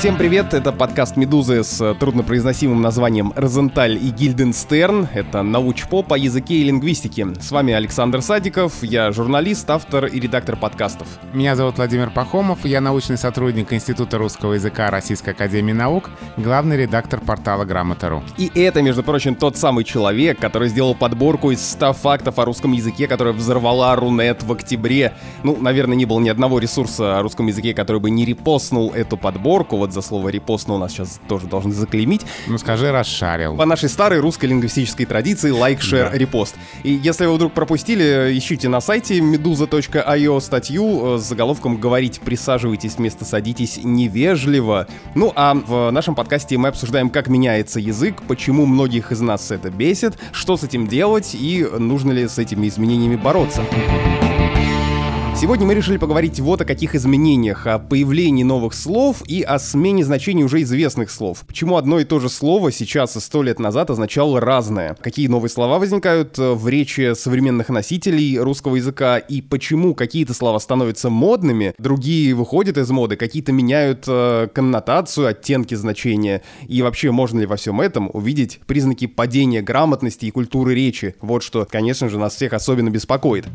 Всем привет, это подкаст «Медузы» с труднопроизносимым названием «Розенталь и Гильденстерн». Это научпоп о языке и лингвистике. С вами Александр Садиков, я журналист, автор и редактор подкастов. Меня зовут Владимир Пахомов, я научный сотрудник Института русского языка Российской академии наук, главный редактор портала Грамота.ру. И это, между прочим, тот самый человек, который сделал подборку из 100 фактов о русском языке, которая взорвала Рунет в октябре. Наверное, не было ни одного ресурса о русском языке, который бы не репостнул эту подборку. Вот за слово «репостнул» нас сейчас тоже должны заклеймить. Скажи «расшарил». По нашей старой русской лингвистической традиции лайк, шер, репост. И если вы вдруг пропустили, ищите на сайте meduza.io статью с заголовком «Говорить присаживайтесь вместо садитесь невежливо». А в нашем подкасте мы обсуждаем, как меняется язык, почему многих из нас это бесит, что с этим делать и нужно ли с этими изменениями бороться. Сегодня мы решили поговорить вот о каких изменениях, о появлении новых слов и о смене значений уже известных слов. Почему одно и то же слово сейчас и 100 лет назад означало разное? Какие новые слова возникают в речи современных носителей русского языка и почему какие-то слова становятся модными, другие выходят из моды, какие-то меняют коннотацию, оттенки значения. И вообще, можно ли во всем этом увидеть признаки падения грамотности и культуры речи? Вот что, конечно же, нас всех особенно беспокоит.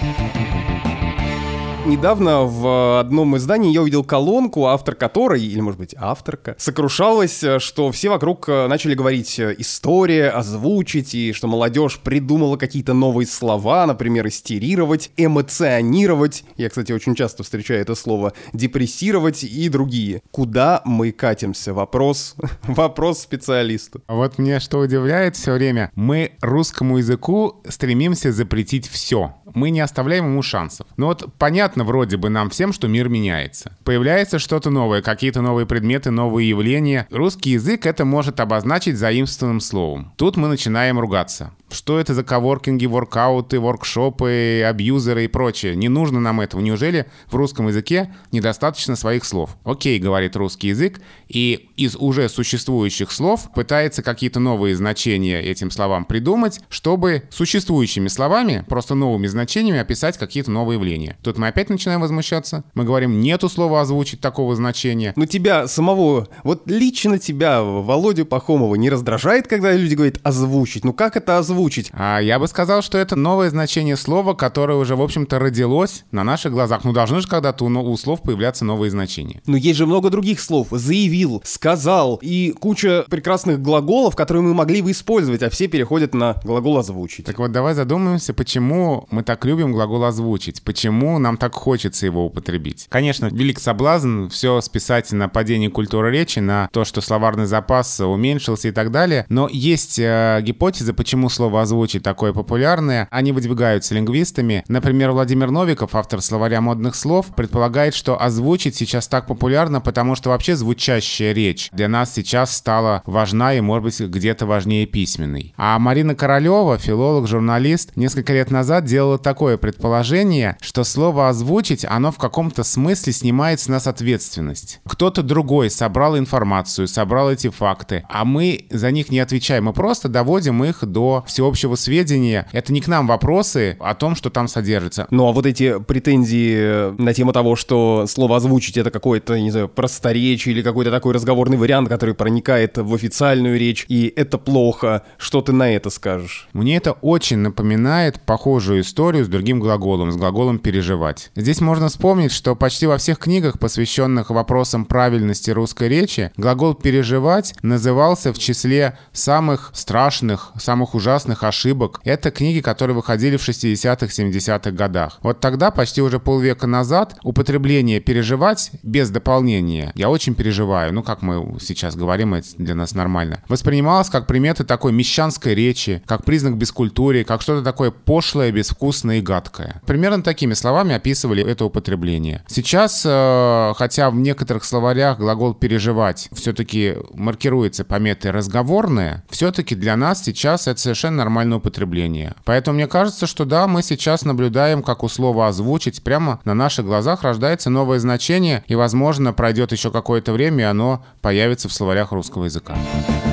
Недавно в одном издании я увидел колонку, автор которой, или, может быть, авторка, сокрушалась, что все вокруг начали говорить «история», «озвучить», и что молодежь придумала какие-то новые слова, например, «истерировать», «эмоционировать». Я, кстати, очень часто встречаю это слово «депрессировать» и другие. Куда мы катимся? Вопрос специалисту. Вот мне что удивляет все время, мы русскому языку стремимся запретить все. Мы не оставляем ему шансов. Понятно вроде бы нам всем, что мир меняется. Появляется что-то новое, какие-то новые предметы, новые явления. Русский язык это может обозначить заимствованным словом. Тут мы начинаем ругаться. Что это за коворкинги, воркауты, воркшопы, абьюзеры и прочее? Не нужно нам этого. Неужели в русском языке недостаточно своих слов? Окей, говорит русский язык, и из уже существующих слов пытается какие-то новые значения этим словам придумать, чтобы существующими словами, просто новыми значениями описать какие-то новые явления. Тут мы опять начинаем возмущаться. Мы говорим, нету слова озвучить такого значения. Тебя самого, лично тебя, Володю Пахомова, не раздражает, когда люди говорят «озвучить»? Как это озвучить? Я бы сказал, что это новое значение слова, которое уже, в общем-то, родилось на наших глазах. Должны же когда-то у слов появляться новые значения. Есть же много других слов. Заявил, сказал и куча прекрасных глаголов, которые мы могли бы использовать, а все переходят на глагол «озвучить». Так вот, давай задумаемся, почему мы так любим глагол «озвучить», почему нам так хочется его употребить. Конечно, велик соблазн все списать на падение культуры речи, на то, что словарный запас уменьшился и так далее, но есть гипотеза, почему слово «озвучить» такое популярное. Они выдвигаются лингвистами. Например, Владимир Новиков, автор словаря модных слов, предполагает, что «озвучить» сейчас так популярно, потому что вообще звучащая речь для нас сейчас стала важна и, может быть, где-то важнее письменной. А Марина Королева, филолог, журналист, несколько лет назад делала такое предположение, что слово «озвучить», оно в каком-то смысле снимает с нас ответственность. Кто-то другой собрал информацию, собрал эти факты, а мы за них не отвечаем. Мы просто доводим их до всеобщего сведения. Это не к нам вопросы о том, что там содержится. А эти претензии на тему того, что слово «озвучить» — это какое-то, не знаю, просторечие или какой-то такой разговорный вариант, который проникает в официальную речь, и это плохо. Что ты на это скажешь? Мне это очень напоминает похожую историю с другим глаголом, с глаголом «переживать». Здесь можно вспомнить, что почти во всех книгах, посвященных вопросам правильности русской речи, глагол «переживать» назывался в числе самых страшных, самых ужасных ошибок. Это книги, которые выходили в 60-х, 70-х годах. Вот тогда, почти уже полвека назад, употребление «переживать» без дополнения, я очень переживаю, как мы сейчас говорим, это для нас нормально, воспринималось как примета такой мещанской речи, как признак бескультуры, как что-то такое пошлое, безвкусное и гадкое. Примерно такими словами описывали это употребление. Сейчас, хотя в некоторых словарях глагол «переживать» все-таки маркируется пометой «разговорное», все-таки для нас сейчас это совершенно нормальное употребление. Поэтому мне кажется, что да, мы сейчас наблюдаем, как у слова «озвучить» прямо на наших глазах рождается новое значение, и, возможно, пройдет еще какое-то время, и оно появится в словарях русского языка.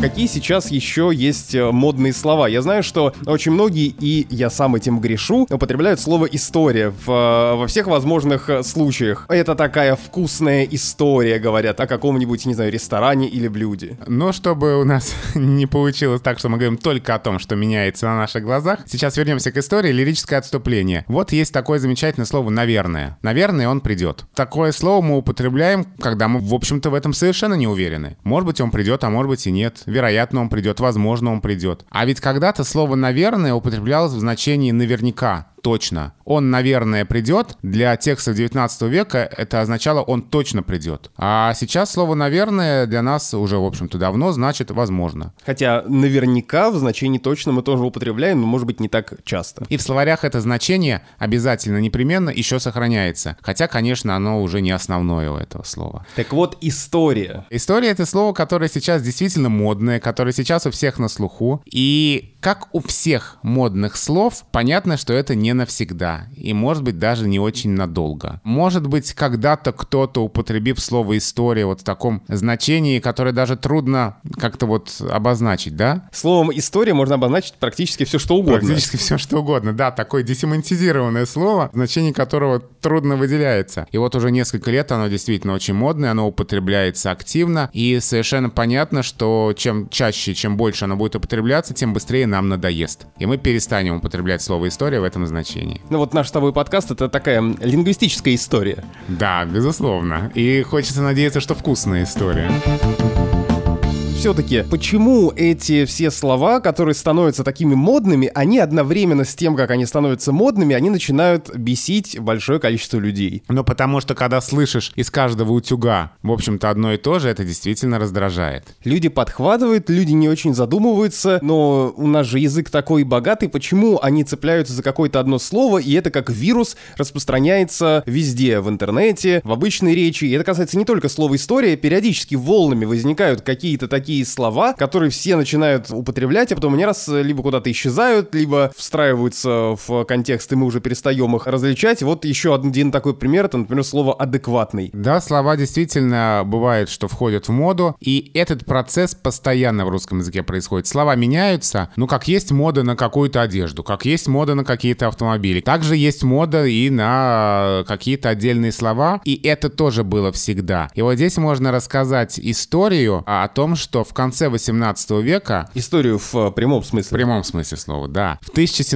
Какие сейчас еще есть модные слова? Я знаю, что очень многие, и я сам этим грешу, употребляют слово «история» во всех возможных случаях. Это такая вкусная история, говорят о каком-нибудь, не знаю, ресторане или блюде. Но чтобы у нас не получилось так, что мы говорим только о том, что меняется на наших глазах, сейчас вернемся к истории «Лирическое отступление». Вот есть такое замечательное слово «наверное». Наверное, он придет. Такое слово мы употребляем, когда мы, в общем-то, в этом совершенно не уверены. Может быть, он придет, а может быть и нет. Вероятно, он придет, возможно, он придет. А ведь когда-то слово «наверное» употреблялось в значении «наверняка». Точно. Он, наверное, придет. Для текстов 19 века это означало «он точно придет». А сейчас слово «наверное» для нас уже, в общем-то, давно значит «возможно». Хотя наверняка в значении «точно» мы тоже употребляем, но, может быть, не так часто. И в словарях это значение обязательно, непременно еще сохраняется. Хотя, конечно, оно уже не основное у этого слова. Так вот, история. История — это слово, которое сейчас действительно модное, которое сейчас у всех на слуху. И как у всех модных слов, понятно, что это не навсегда. И, может быть, даже не очень надолго. Может быть, когда-то кто-то, употребив слово «история» вот в таком значении, которое даже трудно как-то вот обозначить, да? Словом «история» можно обозначить практически все, что угодно. Практически все, что угодно, да. Такое десемантизированное слово, значение которого трудно выделяется. И вот уже несколько лет оно действительно очень модное, оно употребляется активно. И совершенно понятно, что чем чаще, чем больше оно будет употребляться, тем быстрее нам надоест. И мы перестанем употреблять слово «история» в этом значении. Ну вот наш с тобой подкаст — это такая лингвистическая история. Да, безусловно. И хочется надеяться, что вкусная история. Все-таки, почему эти все слова, которые становятся такими модными, они одновременно с тем, как они становятся модными, они начинают бесить большое количество людей? Ну, потому что, когда слышишь из каждого утюга, в общем-то, одно и то же, это действительно раздражает. Люди подхватывают, люди не очень задумываются, но у нас же язык такой богатый, почему они цепляются за какое-то одно слово, и это как вирус распространяется везде, в интернете, в обычной речи. И это касается не только слова «история», периодически волнами возникают какие-то такие слова, которые все начинают употреблять, а потом они раз либо куда-то исчезают, либо встраиваются в контекст, и мы уже перестаем их различать. Вот еще один такой пример, это, например, слово «адекватный». Да, слова действительно бывает, что входят в моду, и этот процесс постоянно в русском языке происходит. Слова меняются, ну, как есть мода на какую-то одежду, как есть мода на какие-то автомобили. Также есть мода и на какие-то отдельные слова, и это тоже было всегда. И вот здесь можно рассказать историю о том, что в конце 18 века... Историю в прямом смысле. В прямом смысле слова, да. В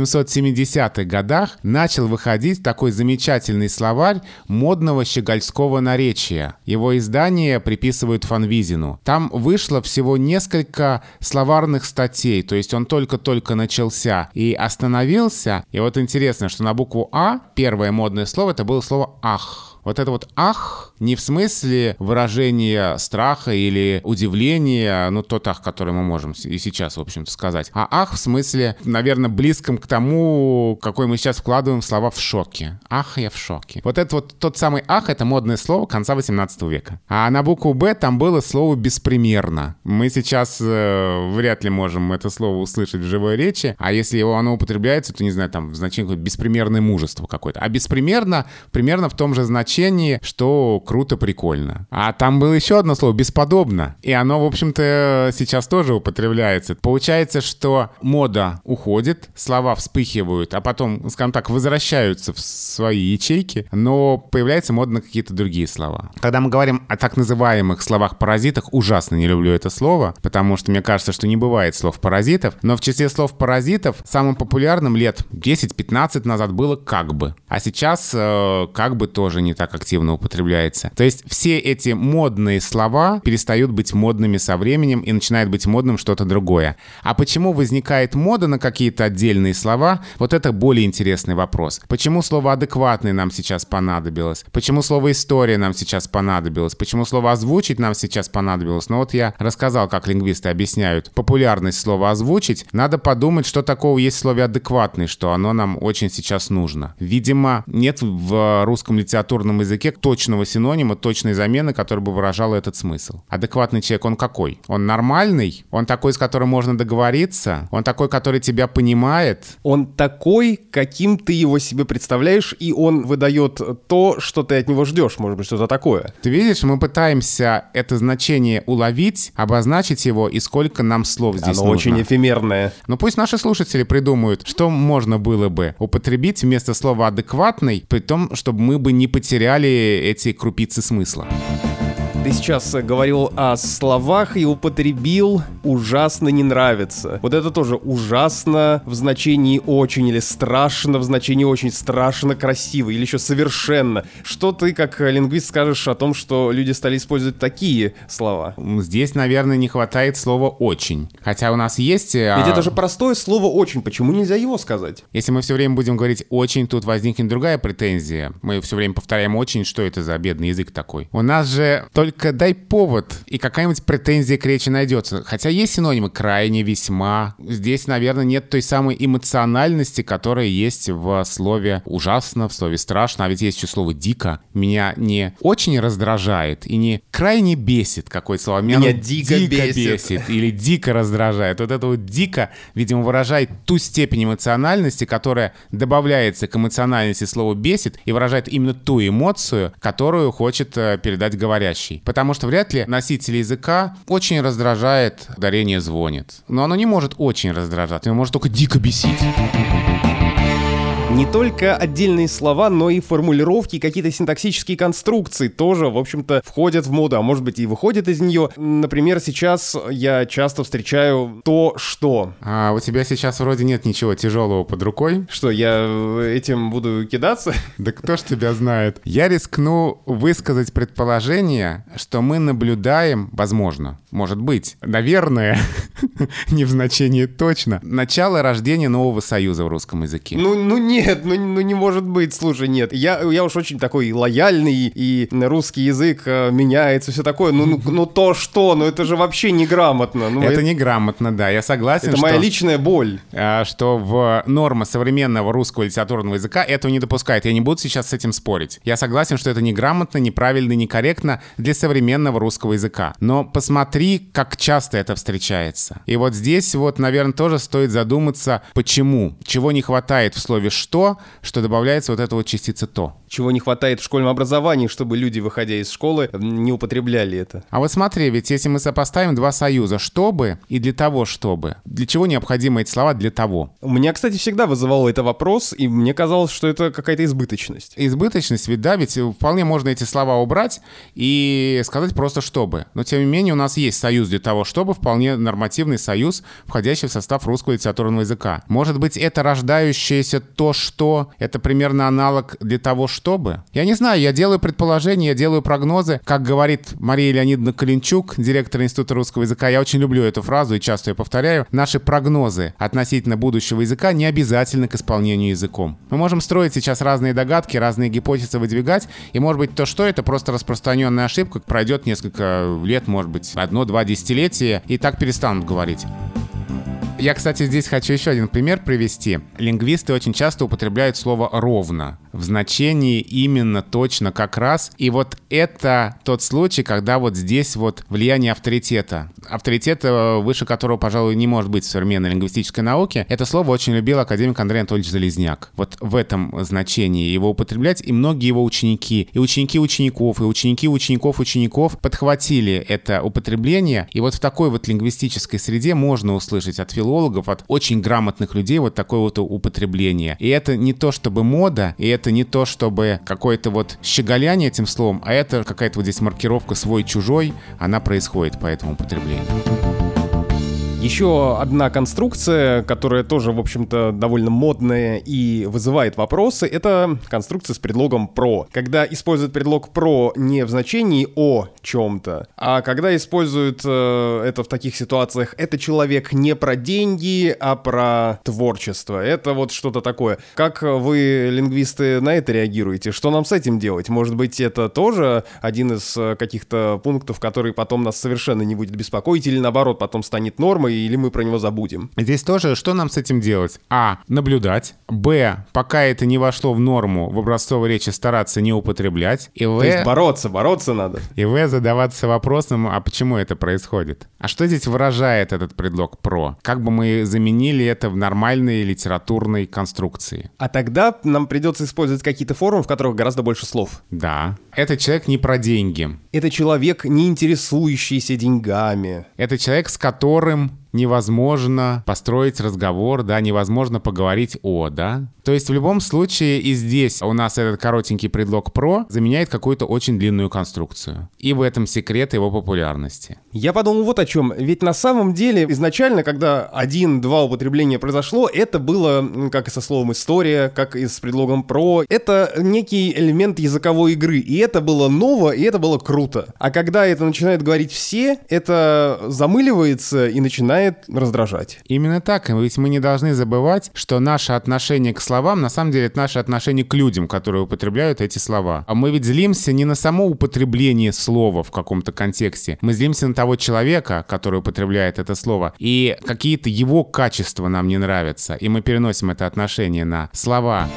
1770-х годах начал выходить такой замечательный словарь модного щегольского наречия. Его издание приписывают Фанвизину. Там вышло всего несколько словарных статей, то есть он только-только начался и остановился. И вот интересно, что на букву «А» первое модное слово — это было слово «ах». Вот это вот «ах» не в смысле выражения страха или удивления, ну, тот «ах», который мы можем и сейчас, в общем-то, сказать, а «ах» в смысле, наверное, близком к тому, какой мы сейчас вкладываем в слова «в шоке». «Ах, я в шоке». Вот это вот тот самый «ах» — это модное слово конца 18 века. А на букву «Б» там было слово «беспримерно». Мы сейчас вряд ли можем это слово услышать в живой речи, а если оно употребляется, то, не знаю, там в значении «беспримерное мужество» какое-то. А «беспримерно» примерно в том же значении, что круто, прикольно. А там было еще одно слово «бесподобно». И оно, в общем-то, сейчас тоже употребляется. Получается, что мода уходит, слова вспыхивают, а потом, скажем так, возвращаются в свои ячейки, но появляется мода на какие-то другие слова. Когда мы говорим о так называемых словах-паразитах, ужасно не люблю это слово, потому что мне кажется, что не бывает слов-паразитов, но в числе слов-паразитов самым популярным лет 10-15 назад было «как бы». А сейчас «как бы» тоже не так активно употребляется. То есть все эти модные слова перестают быть модными со временем и начинает быть модным что-то другое. А почему возникает мода на какие-то отдельные слова? Вот это более интересный вопрос. Почему слово «адекватный» нам сейчас понадобилось? Почему слово «история» нам сейчас понадобилось? Почему слово «озвучить» нам сейчас понадобилось? Ну вот я рассказал, как лингвисты объясняют популярность слова «озвучить». Надо подумать, что такого есть в слове «адекватный», что оно нам очень сейчас нужно. Видимо, нет в русском литературном русском языке точного синонима, точной замены, который бы выражал этот смысл. Адекватный человек, он какой? Он нормальный? Он такой, с которым можно договориться? Он такой, который тебя понимает? Он такой, каким ты его себе представляешь, и он выдает то, что ты от него ждешь, может быть, что-то такое. Ты видишь, мы пытаемся это значение уловить, обозначить его, и сколько нам слов здесь нужно. Оно очень эфемерное. Но пусть наши слушатели придумают, что можно было бы употребить вместо слова «адекватный», при том, чтобы мы бы не потеряли эти крупицы смысла. Ты сейчас говорил о словах и употребил «ужасно не нравится». Вот это тоже «ужасно» в значении «очень» или «страшно» в значении «очень», «страшно красиво» или еще «совершенно». Что ты, как лингвист, скажешь о том, что люди стали использовать такие слова? Здесь, наверное, не хватает слова «очень». Хотя у нас есть... Ведь это же простое слово «очень». Почему нельзя его сказать? Если мы все время будем говорить «очень», тут возникнет другая претензия. Мы все время повторяем «очень», что это за бедный язык такой? У нас же только дай повод, и какая-нибудь претензия к речи найдется. Хотя есть синонимы «крайне», «весьма». Здесь, наверное, нет той самой эмоциональности, которая есть в слове «ужасно», в слове «страшно». А ведь есть еще слово «дико». Меня не очень раздражает и не крайне бесит какое-то слово. Меня дико бесит. Или дико раздражает. Вот это вот «дико», видимо, выражает ту степень эмоциональности, которая добавляется к эмоциональности слова «бесит» и выражает именно ту эмоцию, которую хочет передать говорящий. Потому что вряд ли носитель языка очень раздражает, ударение звонит. Но оно не может очень раздражать, оно может только дико бесить. Не только отдельные слова, но и формулировки, какие-то синтаксические конструкции тоже, в общем-то, входят в моду, а может быть и выходят из нее. Например, сейчас я часто встречаю «то, что». А у тебя сейчас вроде нет ничего тяжелого под рукой. Что, я этим буду кидаться? Да кто ж тебя знает. Я рискну высказать предположение, что мы наблюдаем, возможно, может быть, наверное, не в значении точно, начало рождения нового союза в русском языке. Нет, не может быть, слушай, нет. Я уж очень такой лояльный, и русский язык меняется, все такое. То что? Это же вообще неграмотно. Это неграмотно, да, я согласен. Это моя личная боль. Что в нормы современного русского литературного языка этого не допускает. Я не буду сейчас с этим спорить. Я согласен, что это неграмотно, неправильно, некорректно для современного русского языка. Но посмотри, как часто это встречается. И вот здесь наверное, тоже стоит задуматься, почему, чего не хватает в слове что добавляется вот эта частица «то». Чего не хватает в школьном образовании, чтобы люди, выходя из школы, не употребляли это. А вот смотри, ведь если мы сопоставим два союза «чтобы» и «для того, чтобы», для чего необходимы эти слова «для того»? У меня, кстати, всегда вызывал это вопрос, и мне казалось, что это какая-то избыточность. Избыточность, ведь да, ведь вполне можно эти слова убрать и сказать просто «чтобы». Но, тем не менее, у нас есть союз «для того, чтобы», вполне нормативный союз, входящий в состав русского литературного языка. Может быть, это рождающееся «то, что» — это примерно аналог «для того, чтобы». Я не знаю, я делаю предположения, я делаю прогнозы. Как говорит Мария Леонидовна Калинчук, директор Института русского языка, я очень люблю эту фразу и часто ее повторяю, наши прогнозы относительно будущего языка не обязательны к исполнению языком. Мы можем строить сейчас разные догадки, разные гипотезы выдвигать, и, может быть, то, что это просто распространенная ошибка, пройдет несколько лет, может быть, 1-2 десятилетия, и так перестанут говорить. Я, кстати, здесь хочу еще один пример привести. Лингвисты очень часто употребляют слово «ровно» в значении именно точно как раз. И вот это тот случай, когда вот здесь влияние авторитета. Авторитет, выше которого, пожалуй, не может быть в современной лингвистической науке. Это слово очень любил академик Андрей Анатольевич Залезняк. Вот в этом значении его употреблять, и многие его ученики, и ученики учеников, и ученики учеников учеников подхватили это употребление. И вот в такой лингвистической среде можно услышать от филологов, от очень грамотных людей такое употребление. И это не то чтобы мода, и это не то чтобы какое-то щеголяние этим словом, а это какая-то здесь маркировка свой-чужой, она происходит по этому употреблению. Еще одна конструкция, которая тоже, в общем-то, довольно модная и вызывает вопросы, это конструкция с предлогом «про». Когда используют предлог «про» не в значении «о чем-то», а когда используют это в таких ситуациях, это человек не про деньги, а про творчество. Это что-то такое. Как вы, лингвисты, на это реагируете? Что нам с этим делать? Может быть, это тоже один из каких-то пунктов, который потом нас совершенно не будет беспокоить, или наоборот, потом станет нормой, норма, или мы про него забудем. Здесь тоже, что нам с этим делать? А. Наблюдать. Б. Пока это не вошло в норму, в образцовой речи стараться не употреблять. И В. То есть бороться надо. И В. Задаваться вопросом, а почему это происходит? А что здесь выражает этот предлог «про»? Как бы мы заменили это в нормальной литературной конструкции? А тогда нам придется использовать какие-то формы, в которых гораздо больше слов. Да. Это человек не про деньги. Это человек, не интересующийся деньгами. Это человек, с которым невозможно построить разговор, да, невозможно поговорить да. То есть в любом случае и здесь у нас этот коротенький предлог «про» заменяет какую-то очень длинную конструкцию. И в этом секрет его популярности. Я подумал вот о чем. Ведь на самом деле изначально, когда 1-2 употребления произошло, это было, как и со словом «история», как и с предлогом «про». Это некий элемент языковой игры. И это было ново, и это было круто. А когда это начинают говорить все, это замыливается и начинает раздражать. Именно так. Ведь мы не должны забывать, что наше отношение к словам, на самом деле, это наше отношение к людям, которые употребляют эти слова. А мы ведь злимся не на само употребление слова в каком-то контексте. Мы злимся на того человека, который употребляет это слово. И какие-то его качества нам не нравятся. И мы переносим это отношение на слова.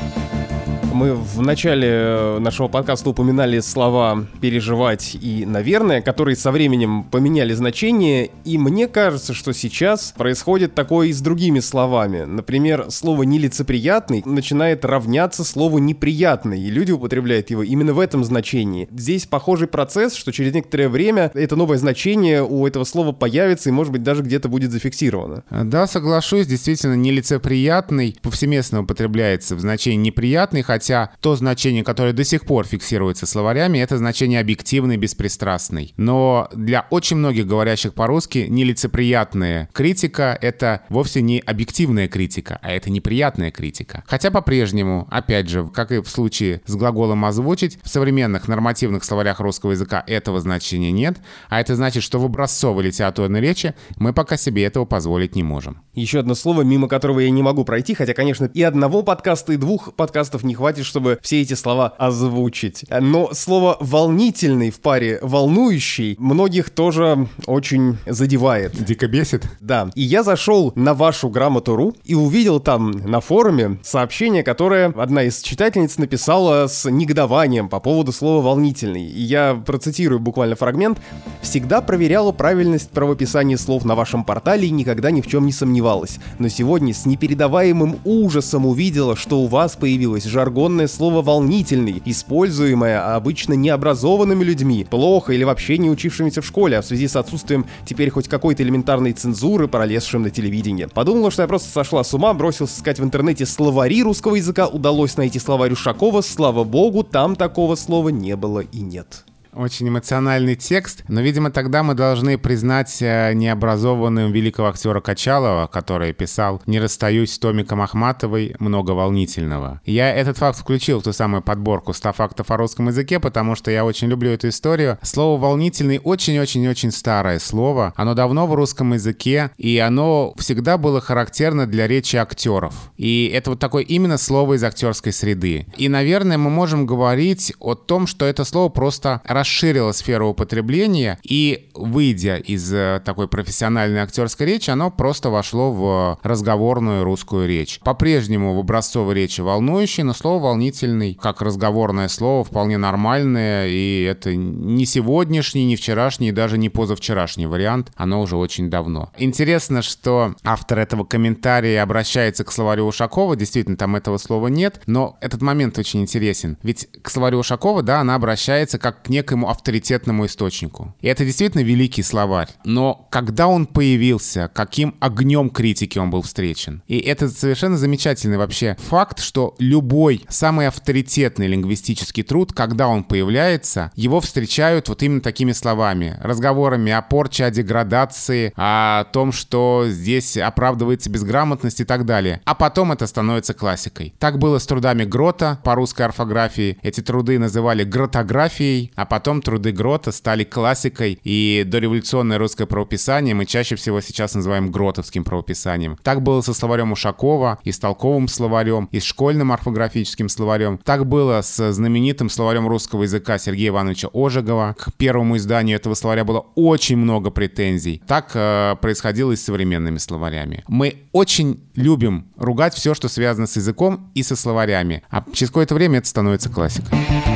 Мы в начале нашего подкаста упоминали слова «переживать» и «наверное», которые со временем поменяли значение, и мне кажется, что сейчас происходит такое и с другими словами. Например, слово «нелицеприятный» начинает равняться слову «неприятный», и люди употребляют его именно в этом значении. Здесь похожий процесс, что через некоторое время это новое значение у этого слова появится и, может быть, даже где-то будет зафиксировано. Да, соглашусь, действительно, «нелицеприятный» повсеместно употребляется в значении «неприятный», хотя то значение, которое до сих пор фиксируется словарями, это значение объективный, беспристрастный. Но для очень многих говорящих по-русски нелицеприятная критика — это вовсе не объективная критика, а это неприятная критика. Хотя по-прежнему, опять же, как и в случае с глаголом «озвучить», в современных нормативных словарях русского языка этого значения нет, а это значит, что в образцовой литературной речи мы пока себе этого позволить не можем. Еще одно слово, мимо которого я не могу пройти, хотя, конечно, и одного подкаста, и 2 подкастов не хватит, чтобы все эти слова озвучить. Но слово «волнительный» в паре «волнующий» многих тоже очень задевает. Дико бесит? Да. И я зашел на вашу грамоту.ру и увидел там на форуме сообщение, которое одна из читательниц написала с негодованием по поводу слова «волнительный». И я процитирую буквально фрагмент. «Всегда проверяла правильность правописания слов на вашем портале и никогда ни в чем не сомневалась. Но сегодня с непередаваемым ужасом увидела, что у вас появилось жаргонное слово «волнительный», используемое обычно необразованными людьми, плохо или вообще не учившимися в школе, а в связи с отсутствием теперь хоть какой-то элементарной цензуры, пролезшим на телевидение. Подумала, что я просто сошла с ума, бросилась искать в интернете словари русского языка, удалось найти словарь Ушакова, слава богу, там такого слова не было и нет». Очень эмоциональный текст, но, видимо, тогда мы должны признать необразованным великого актера Качалова, который писал «Не расстаюсь с Томиком Ахматовой, много волнительного». Я этот факт включил в ту самую подборку 100 фактов о русском языке, потому что я очень люблю эту историю. Слово «волнительный» очень-очень-очень старое слово. Оно давно в русском языке, и оно всегда было характерно для речи актеров. И это вот такое именно слово из актерской среды. И, наверное, мы можем говорить о том, что это слово просто расширило сферу употребления, и, выйдя из такой профессиональной актерской речи, оно просто вошло в разговорную русскую речь. По-прежнему в образцовой речи волнующий, но слово «волнительный» как разговорное слово вполне нормальное, и это не сегодняшний, не вчерашний, даже не позавчерашний вариант, оно уже очень давно. Интересно, что автор этого комментария обращается к словарю Ушакова, действительно, там этого слова нет, но этот момент очень интересен, ведь к словарю Ушакова, да, она обращается как к некому авторитетному источнику. И это действительно великий словарь. Но когда он появился, каким огнем критики он был встречен? И это совершенно замечательный вообще факт, что любой самый авторитетный лингвистический труд, когда он появляется, его встречают вот именно такими словами. Разговорами о порче, о деградации, о том, что здесь оправдывается безграмотность и так далее. А потом это становится классикой. Так было с трудами Грота по русской орфографии. Эти труды называли гротографией, а потом потом труды Грота стали классикой, и дореволюционное русское правописание мы чаще всего сейчас называем гротовским правописанием. Так было со словарем Ушакова, и с толковым словарем, и с школьным орфографическим словарем. Так было с знаменитым словарем русского языка Сергея Ивановича Ожегова. К первому изданию этого словаря было очень много претензий. Так происходило и с современными словарями. Мы очень любим ругать все, что связано с языком и со словарями. А через какое-то время это становится классикой.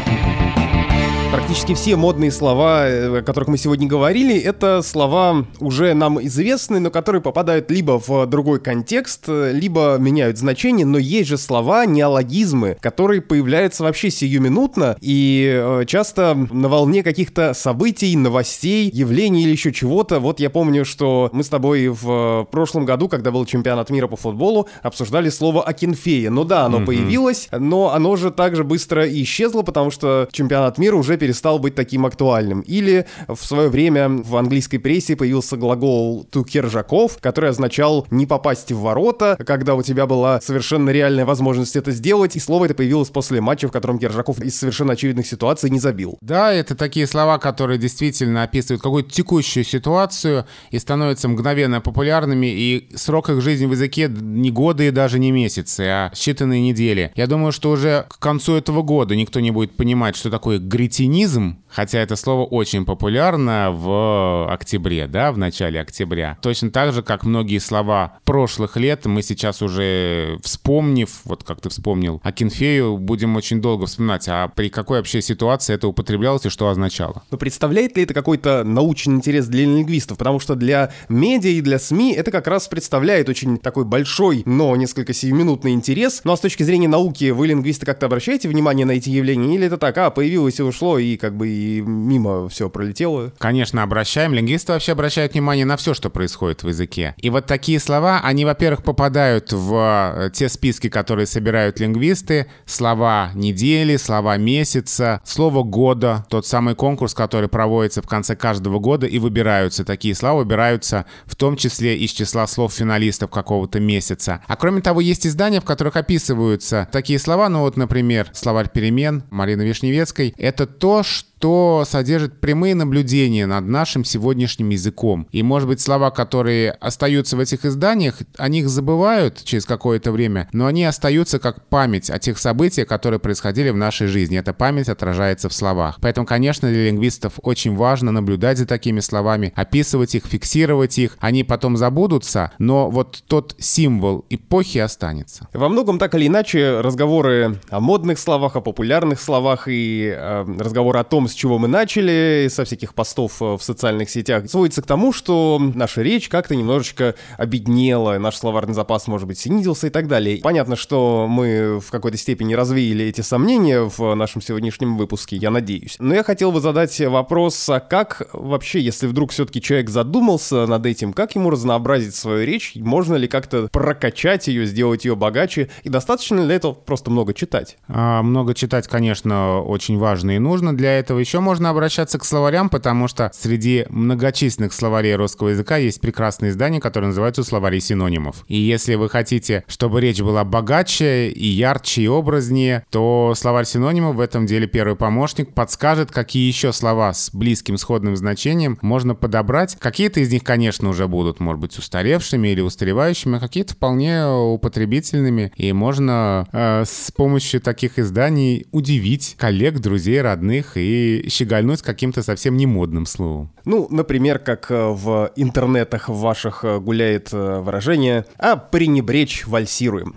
Практически все модные слова, о которых мы сегодня говорили, это слова уже нам известные, но которые попадают либо в другой контекст, либо меняют значение, но есть же слова, неологизмы, которые появляются вообще сиюминутно и часто на волне каких-то событий, новостей, явлений или еще чего-то. Вот я помню, что мы с тобой в прошлом году, когда был чемпионат мира по футболу, обсуждали слово «акинфея». Ну да, оно появилось, но оно же также быстро исчезло, потому что чемпионат мира уже перестал быть таким актуальным. Или в свое время в английской прессе появился глагол «to кержаков», который означал «не попасть в ворота», когда у тебя была совершенно реальная возможность это сделать, и слово это появилось после матча, в котором Кержаков из совершенно очевидных ситуаций не забил. Да, это такие слова, которые действительно описывают какую-то текущую ситуацию и становятся мгновенно популярными, и срок их жизни в языке не годы и даже не месяцы, а считанные недели. Я думаю, что уже к концу этого года никто не будет понимать, что такое гретинизм, хотя это слово очень популярно в октябре, да, в начале октября. Точно так же, как многие слова прошлых лет, мы сейчас уже вспомнив, вот как ты вспомнил, акинфею, будем очень долго вспоминать, а при какой вообще ситуации это употреблялось и что означало. Но представляет ли это какой-то научный интерес для лингвистов? Потому что для медиа и для СМИ это как раз представляет очень такой большой, но несколько сиюминутный интерес. Ну а с точки зрения науки, вы, лингвисты, как-то обращаете внимание на эти явления? Или это так, появилось и ушло, и как бы и мимо все пролетело? Конечно, обращаем. Лингвисты вообще обращают внимание на все, что происходит в языке. И вот такие слова, они, во-первых, попадают в те списки, которые собирают лингвисты. Слова недели, слова месяца, слово года. Тот самый конкурс, который проводится в конце каждого года, и выбираются такие слова, выбираются в том числе из числа слов финалистов какого-то месяца. А кроме того, есть издания, в которых описываются такие слова, ну вот, например, словарь перемен Марины Вишневецкой. Это то, что содержит прямые наблюдения над нашим сегодняшним языком. И, может быть, слова, которые остаются в этих изданиях, о них забывают через какое-то время, но они остаются как память о тех событиях, которые происходили в нашей жизни. Эта память отражается в словах. Поэтому, конечно, для лингвистов очень важно наблюдать за такими словами, описывать их, фиксировать их. Они потом забудутся, но вот тот символ эпохи останется. Во многом, так или иначе, разговоры о модных словах, о популярных словах и разговоры о том, с чего мы начали, со всяких постов в социальных сетях, сводится к тому, что наша речь как-то немножечко обеднела, наш словарный запас, может быть, снизился и так далее. Понятно, что мы в какой-то степени развеяли эти сомнения в нашем сегодняшнем выпуске, я надеюсь. Но я хотел бы задать вопрос, а как вообще, если вдруг все-таки человек задумался над этим, как ему разнообразить свою речь? Можно ли как-то прокачать ее, сделать ее богаче? И достаточно ли этого просто много читать? Много читать, конечно, очень важно и нужно для этого. Еще можно обращаться к словарям, потому что среди многочисленных словарей русского языка есть прекрасные издания, которые называются «Словари синонимов». И если вы хотите, чтобы речь была богаче и ярче, и образнее, то словарь синонимов в этом деле первый помощник, подскажет, какие еще слова с близким сходным значением можно подобрать. Какие-то из них, конечно, уже будут, может быть, устаревшими или устаревающими, а какие-то вполне употребительными. И можно с помощью таких изданий удивить коллег, друзей, родных и щегольнуть каким-то совсем не модным словом. Ну, например, как в интернетах ваших гуляет выражение «а пренебречь вальсируем».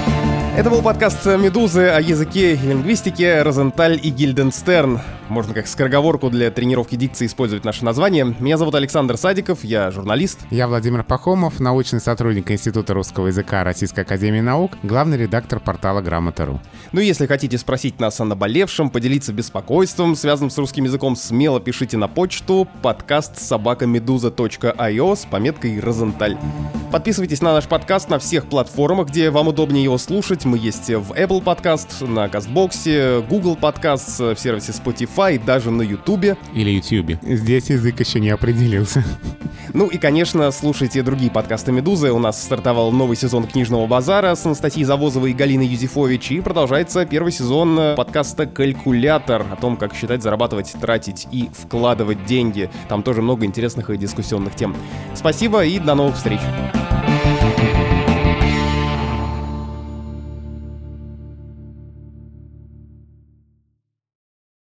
Это был подкаст «Медузы» о языке и лингвистике Розенталь и Гильденстерн. Можно как скороговорку для тренировки дикции использовать наше название. Меня зовут Александр Садиков, я журналист. Я Владимир Пахомов, научный сотрудник Института русского языка Российской академии наук, главный редактор портала Грамота.ру. Ну и если хотите спросить нас о наболевшем, поделиться беспокойством, связанным с русским языком, смело пишите на почту podcast@meduza.io с пометкой «Розенталь». Подписывайтесь на наш подкаст на всех платформах, где вам удобнее его слушать. Мы есть в Apple Podcast, на Castbox, Google Podcast, в сервисе Spotify, даже на YouTube. Или YouTube. Здесь язык еще не определился. Ну и, конечно, слушайте другие подкасты «Медузы». У нас стартовал новый сезон «Книжного базара» с Анастасией Завозовой и Галиной Юзефович. И продолжается первый сезон подкаста «Калькулятор» о том, как считать, зарабатывать, тратить и вкладывать деньги. Там тоже много интересных и дискуссионных тем. Спасибо и до новых встреч.